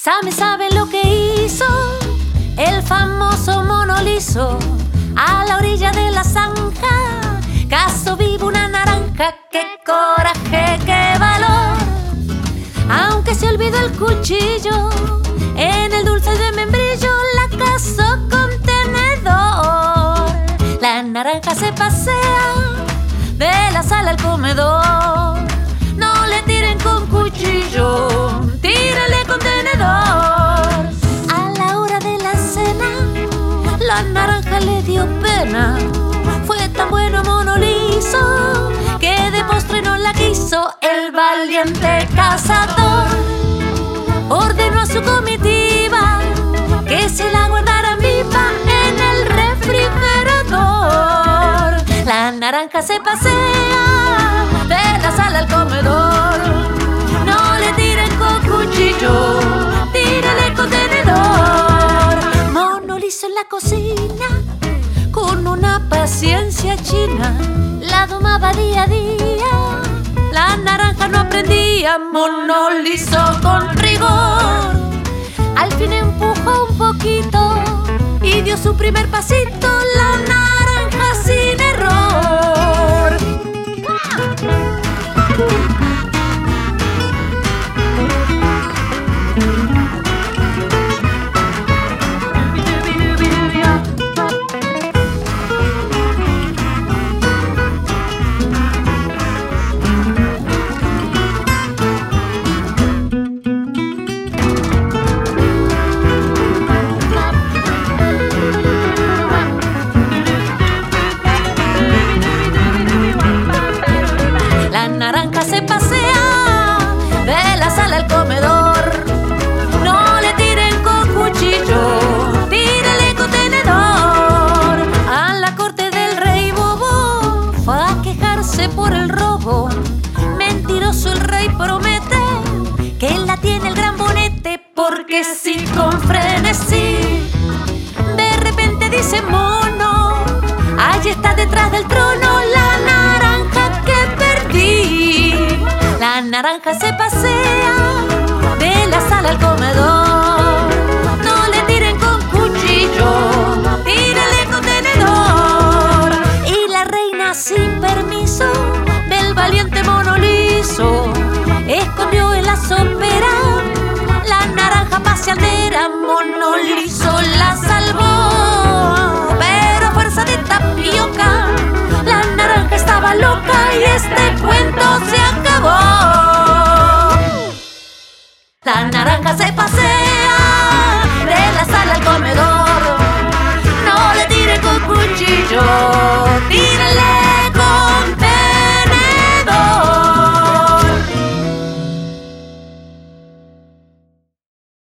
¿Sabe lo que hizo el famoso mono liso a la orilla de la zanja? Cazó vivo una naranja, qué coraje, qué valor. Aunque se olvidó el cuchillo, en el dulce de membrillo la cazó con tenedor. La naranja se pasea de la sala al comedor. No le tiren con cuchillo, tírenle con tenedor. A la hora de la cena, la naranja le dio pena. Fue tan bueno mono liso que de postre no la quiso. El valiente cazador ordenó a su comitiva que se la guardaran viva en el refrigerador. La naranja se pasea de la sala al comedor. No le tiren con cuchillo, tírale con tenedor. Mono liso en la cocina, con una paciencia china, la domaba día a día. La naranja no aprendía, mono liso con rigor. Al fin empujó un poquito y dio su primer pasito, la naranja sin error. La naranja se pasea de la sala al comedor. No le tiren con cuchillo, tírale con tenedor. A la corte del rey bobo fue a quejarse por el robo. Mentiroso el rey promete que él la tiene el gran bonete, porque sí, con frenesí de repente dice mono: allí está detrás del trono la naranja que perdí. La naranja se pasea de la sala al comedor. No le tiren con cuchillo, tírale con tenedor. Y la reina, sin permiso del valiente mono liso, escondió en la sopera la naranja paseandera. Mono liso la salvó, pero a fuerza de tapioca la naranja estaba loca y este cuento